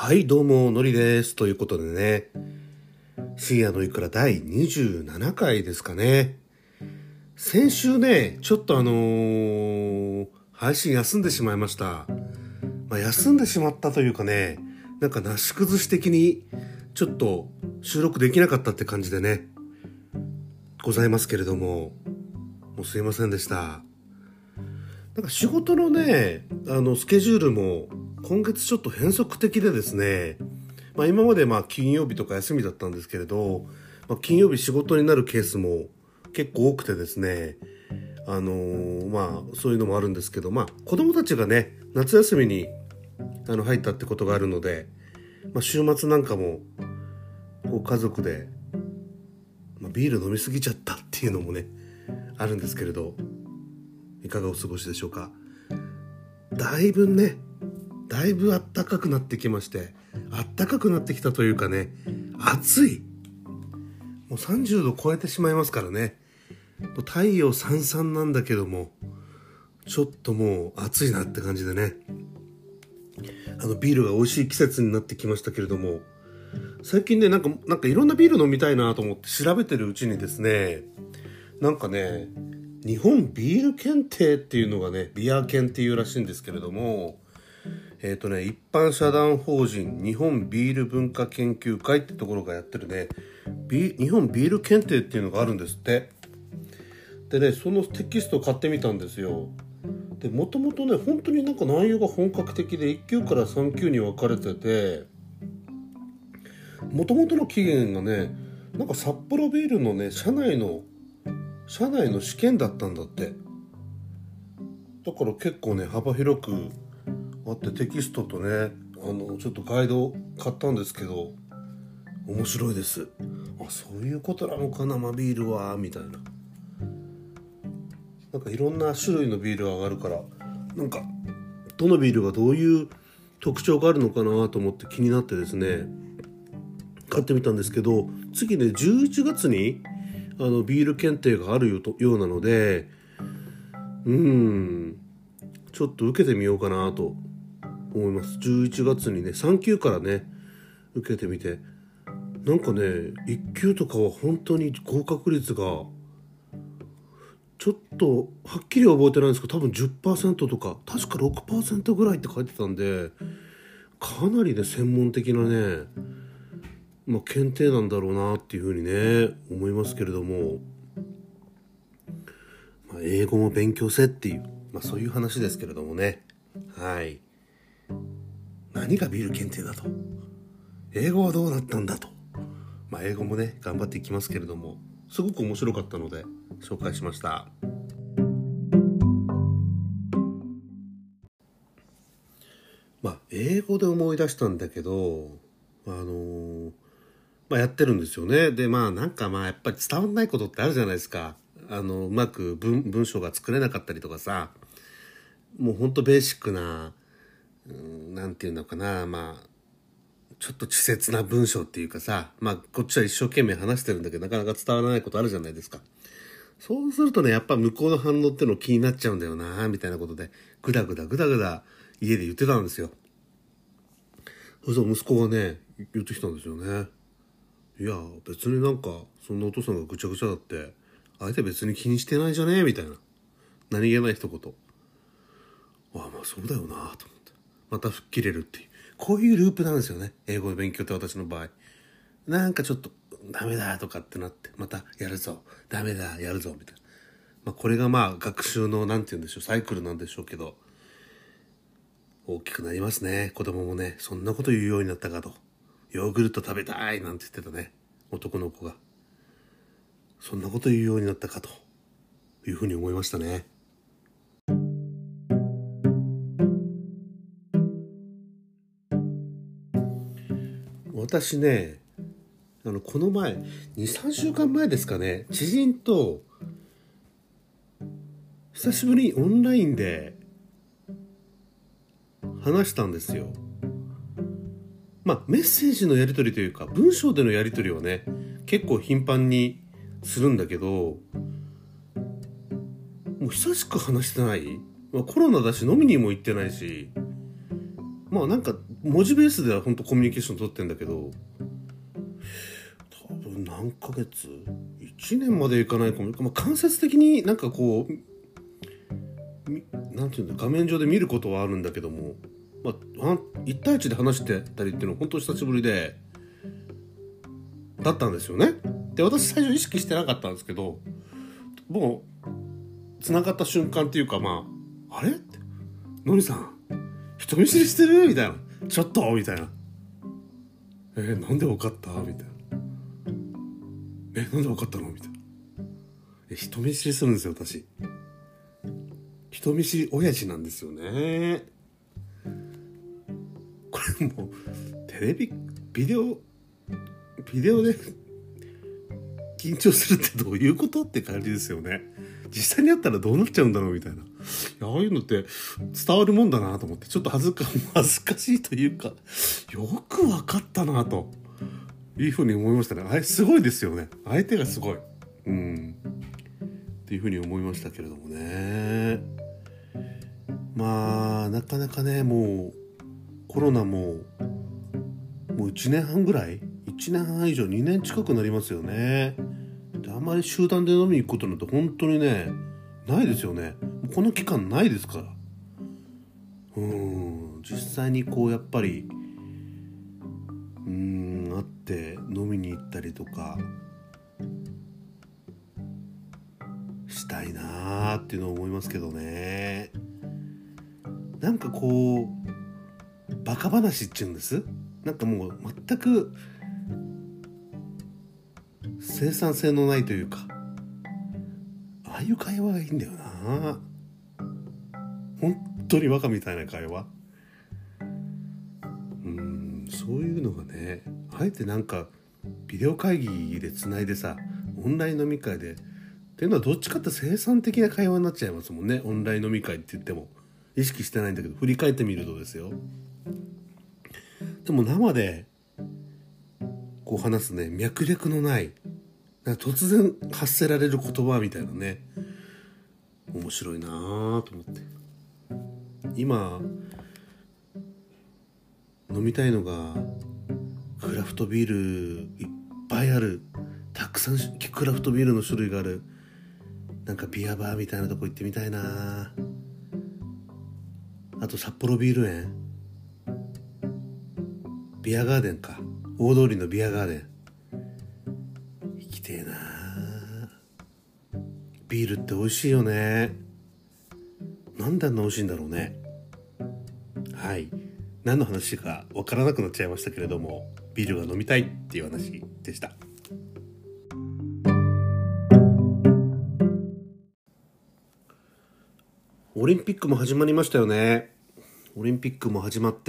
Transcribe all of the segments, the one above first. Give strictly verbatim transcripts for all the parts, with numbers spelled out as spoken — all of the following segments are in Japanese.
はい、どうも、のりです。ということでね、深夜のいくらだいにじゅうななかいですかね。先週ね、ちょっとあのー、配信休んでしまいました。まあ、休んでしまったというかね、なんかなし崩し的に、ちょっと収録できなかったって感じでね、ございますけれども、もうすいませんでした。なんか仕事のね、あの、スケジュールも、今月ちょっと変則的でですね、まあ、今までまあ金曜日とか休みだったんですけれど、まあ、金曜日仕事になるケースも結構多くてですね、あのー、まあそういうのもあるんですけど、まあ子供たちがね夏休みにあの入ったってことがあるので、まあ、週末なんかもこう家族で、まあ、ビール飲みすぎちゃったっていうのもねあるんですけれど、いかがお過ごしでしょうか。だいぶねだいぶ暖かくなってきまして、暖かくなってきたというかね、暑い。もうさんじゅうど超えてしまいますからね。太陽さんさんなんだけども、ちょっともう暑いなって感じでね。あのビールが美味しい季節になってきましたけれども、最近ねなんかなんかいろんなビール飲みたいなと思って調べてるうちにですね、なんかね日本ビール検定っていうのがね、ビア検っていうらしいんですけれども、えーとね、一般社団法人日本ビール文化研究会ってところがやってるね、ビ日本ビール検定っていうのがあるんですって。でね、そのテキストを買ってみたんですよ。で、もともとね、本当になんか内容が本格的でいっきゅうからさんきゅうに分かれてて、もともとの期限がね、なんか札幌ビールのね、社内の、社内の試験だったんだって。だから結構ね、幅広くあってテキストとね、あのちょっとガイド買ったんですけど、面白いです。あ、そういうことなのかな、生ビールはみたいな。なんかいろんな種類のビールが上がるから、なんかどのビールがどういう特徴があるのかなと思って気になってですね、買ってみたんですけど、次ねじゅういちがつにあのビール検定があるよとようなので、うーんちょっと受けてみようかなと思います。じゅういちがつにねさん級からね受けてみて、なんかねいっ級とかは本当に合格率がちょっとはっきりは覚えてないんですけど、多分 じゅっパーセント とか確か ろくパーセント ぐらいって書いてたんで、かなりね専門的なね、まあ、検定なんだろうなっていうふうにね思いますけれども、まあ、英語も勉強せっていう、まあ、そういう話ですけれどもね。はい、何がビール検定だと、英語はどうなったんだと、まあ、英語もね頑張っていきますけれども、すごく面白かったので紹介しました。まあ英語で思い出したんだけど、あのー、まあやってるんですよね。でまあなんかまあやっぱり伝わんないことってあるじゃないですか。あのうまく 文, 文章が作れなかったりとかさ、もうほんとベーシックな、うん、なんていうのかな、まあちょっと稚拙な文章っていうかさ、まあこっちは一生懸命話してるんだけどなかなか伝わらないことあるじゃないですか。そうするとね、やっぱ向こうの反応っての気になっちゃうんだよなみたいなことでグダグダグダグダ家で言ってたんですよ。そうそう、息子がね言ってきたんですよね。いや別になんかそんなお父さんがぐちゃぐちゃだって相手別に気にしてないじゃねえみたいな、何気ない一言。ああまあそうだよなと思って、また吹っ切れるっていう、こういうループなんですよね、英語の勉強って。私の場合なんかちょっとダメだとかってなってまたやるぞ、ダメだやるぞみたいな、まあ、これがまあ学習のなんて言うんでしょう、サイクルなんでしょうけど、大きくなりますね。子供もね、そんなこと言うようになったかと。ヨーグルト食べたいなんて言ってたね、男の子が。そんなこと言うようになったかというふうに思いましたね。私ね、あのこの前にさんしゅうかんまえですかね、知人と久しぶりにオンラインで話したんですよ。まあメッセージのやり取りというか文章でのやり取りはね結構頻繁にするんだけど、もう久しく話してない、まあ、コロナだし飲みにも行ってないし、まあなんか文字ベースでは本当コミュニケーション取ってんだけど、多分何ヶ月いちねんまでいかないかも、まあ、間接的になんかこうなんていうんだ、画面上で見ることはあるんだけども、まあ、いち対いちで話してたりっていうのは本当久しぶりでだったんですよね。で、私最初意識してなかったんですけど、もう繋がった瞬間っていうか、まああれってのりさん人見知りしてるみたいな、ちょっとみたいな、えー、なんで分かったみたいな、えなんで分かったのみたいな、え人見知りするんですよ私。人見知り親父なんですよね。これもうテレビビデオビデオで緊張するってどういうことって感じですよね。実際にやったらどうなっちゃうんだろうみたいな。いや、ああいうのって伝わるもんだなと思って、ちょっと恥ずか恥ずかしいというか、よく分かったなというふうに思いましたね。あれすごいですよね。相手がすごい。うんっていうふうに思いましたけれどもね。まあなかなかね、もうコロナももういちねんはんぐらいいちねんはん以上にねん近くなりますよね。であんまり集団で飲みに行くことなんて本当にねないですよね。この期間ないですから。うーん実際にこうやっぱりうーん会って飲みに行ったりとかしたいなーっていうのを思いますけどね。なんかこうバカ話っちゅうんです、なんかもう全く生産性のないというか、ああいう会話がいいんだよな。本当にバカみたいな会話。うーんそういうのがね、あえてなんかビデオ会議でつないでさ、オンライン飲み会でっていうのはどっちかって生産的な会話になっちゃいますもんね。オンライン飲み会って言っても意識してないんだけど、振り返ってみるとですよ。でも生でこう話すね、脈略のない突然発せられる言葉みたいなね、面白いなぁと思って。今飲みたいのがクラフトビールいっぱいある、たくさんクラフトビールの種類がある、なんかビアバーみたいなとこ行ってみたいな。あと札幌ビール園、ビアガーデンか、大通りのビアガーデン行きてえな。ビールって美味しいよね。なんであんな美味しいんだろうね。はい、何の話か分からなくなっちゃいましたけれども、ビールが飲みたいっていう話でした。オリンピックも始まりましたよね。オリンピックも始まって、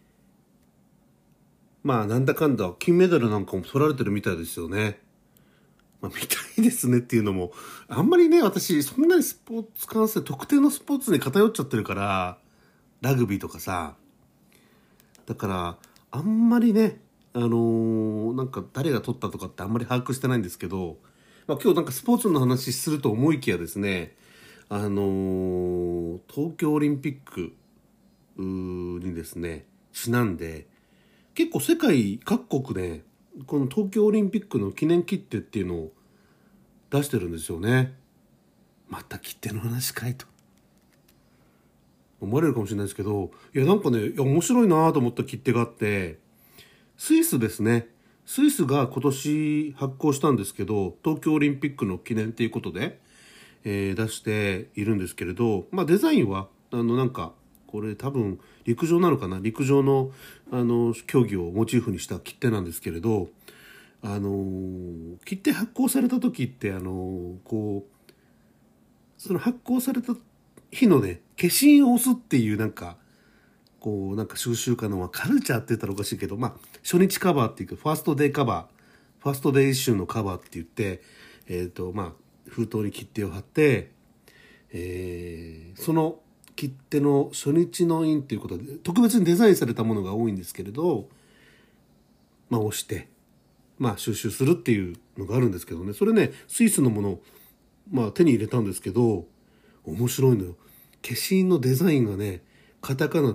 まあなんだかんだ金メダルなんかも取られてるみたいですよね。まあ、見たいですねっていうのも、あんまりね、私そんなにスポーツ観戦、特定のスポーツに偏っちゃってるから、ラグビーとかさ、だからあんまりね、あのー、なんか誰が取ったとかってあんまり把握してないんですけど、まあ、今日なんかスポーツの話すると思いきやですね、あのー、東京オリンピックにですねちなんで、結構世界各国でこの東京オリンピックの記念切手っていうのを出してるんですよね。また切手の話かいと思われるかもしれないですけど、いやなんかね、いや面白いなと思った切手があって、スイスですね。スイスが今年発行したんですけど、東京オリンピックの記念ということで、えー出しているんですけれど、まあデザインはあのなんかこれ多分陸上なのかな、陸上のあの競技をモチーフにした切手なんですけれど、あのー切手発行された時ってあのーこうその発行された日のね消印を押すっていうなんかこうなんか収集家のカルチャーって言ったらおかしいけど、まあ初日カバーっていうかファーストデーカバーファーストデーイッシュのカバーって言って、えーとまあ封筒に切手を貼って、えーその切手の初日の印ということで特別にデザインされたものが多いんですけれど、まあ押してまあ収集するっていうのがあるんですけどね、それねスイスのものを、まあ、手に入れたんですけど面白いのよ。消印のデザインがねカタカナでね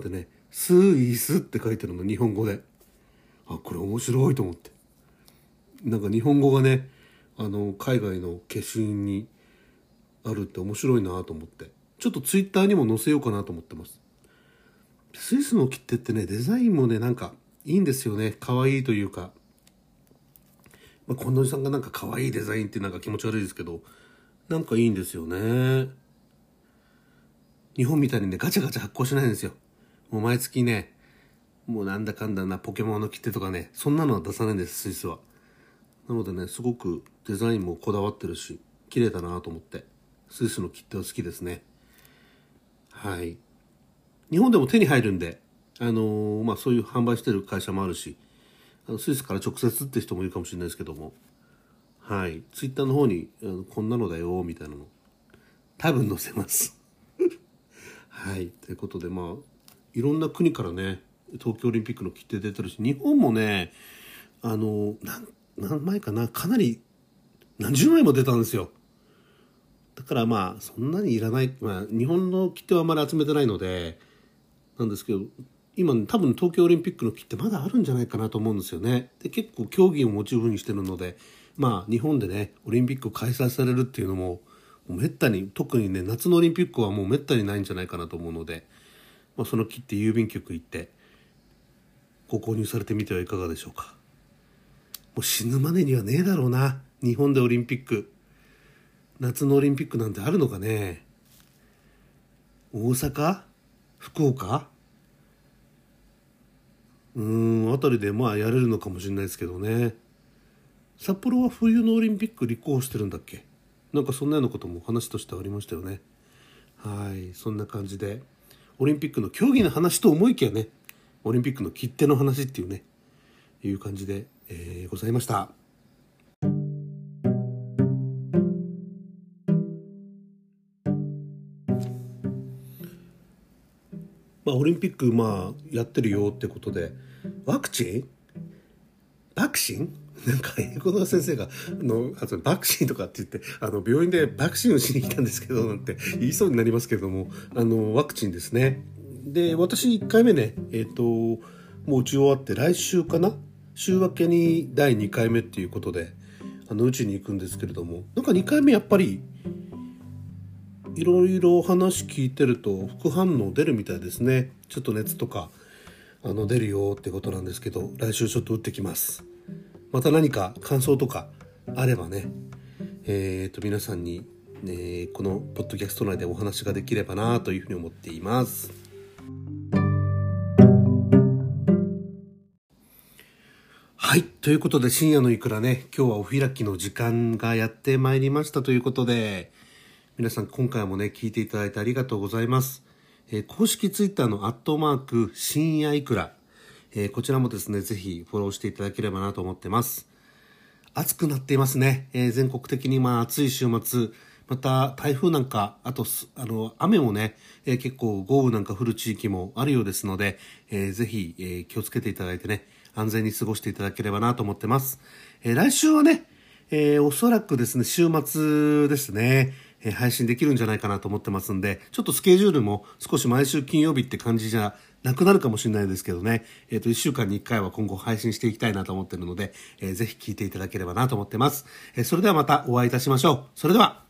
スイスって書いてるの、日本語で。あ、これ面白いと思って。なんか日本語がね、あの海外の消印にあるって面白いなと思って、ちょっとツイッターにも載せようかなと思ってます。スイスの切手ってね、デザインもね、なんかいいんですよね。可愛いというか、まあ、近藤さんがなんか可愛いデザインってなんか気持ち悪いですけど、なんかいいんですよね。日本みたいにね、ガチャガチャ発行しないんですよ。もう毎月ね、もうなんだかんだな、ポケモンの切手とかね、そんなのは出さないんです、スイスは。なのでね、すごくデザインもこだわってるし、綺麗だなと思って、スイスの切手は好きですね。はい。日本でも手に入るんで、あのー、まあそういう販売してる会社もあるし、あのスイスから直接って人もいるかもしれないですけども、はい。ツイッターの方に、あのこんなのだよ、みたいなの、多分載せます。はい。ということで、まあ、いろんな国からね、東京オリンピックの切手出てるし、日本もね、あの、何、何枚かな、かなり、何十枚も出たんですよ。だからまあ、そんなにいらない、まあ、日本の切手はあまり集めてないので、なんですけど、今、多分東京オリンピックの切手まだあるんじゃないかなと思うんですよね。で、結構競技をモチーフにしてるので、まあ、日本でね、オリンピック開催されるっていうのも、もうめったに、特にね、夏のオリンピックはもうめったにないんじゃないかなと思うので、まあ、その切手郵便局行って、ご購入されてみてはいかがでしょうか。もう死ぬまでにはねえだろうな、日本でオリンピック。夏のオリンピックなんてあるのかね。大阪、福岡、うーん、あたりでまあやれるのかもしれないですけどね。札幌は冬のオリンピック立候補してるんだっけ。なんかそんなようなことも話としてありましたよね。はい、そんな感じでオリンピックの競技の話と思いきやね、オリンピックの切手の話っていうね、いう感じで、えー、ございました。まあ、オリンピックまあやってるよってことで、ワクチンワクチンなんか英語の先生があのあとバクチンとかって言って、あの病院でバクチンをしに来たんですけどなんて言いそうになりますけれども、あのワクチンですね。で、私いっかいめね、えっともう打ち終わって来週かな、週明けにだいにかいめっていうことで、あの打ちに行くんですけれども、なんかにかいめやっぱりいろいろ話聞いてると副反応出るみたいですね。ちょっと熱とかあの出るよってことなんですけど、来週ちょっと打ってきます。また何か感想とかあればね、えーと皆さんに、ね、このポッドキャスト内でお話ができればなというふうに思っています。はい、ということで深夜のいくらね、今日はお開きの時間がやってまいりましたということで、皆さん今回もね聞いていただいてありがとうございます。えー、公式ツイッターのアットマーク深夜いくら、えー、こちらもですねぜひフォローしていただければなと思ってます。暑くなっていますね、えー、全国的にまあ暑い週末、また台風なんか、あとあの雨もね、えー、結構豪雨なんか降る地域もあるようですので、えー、ぜひ、えー、気をつけていただいてね、安全に過ごしていただければなと思ってます。えー、来週はね、えー、おそらくですね週末ですね、えー、配信できるんじゃないかなと思ってますんで、ちょっとスケジュールも少し毎週金曜日って感じじゃなくなるかもしれないですけどね、えっといっしゅうかんにいっかいは今後配信していきたいなと思っているので、えー、ぜひ聞いていただければなと思ってます。えー、それではまたお会いいたしましょう。それでは。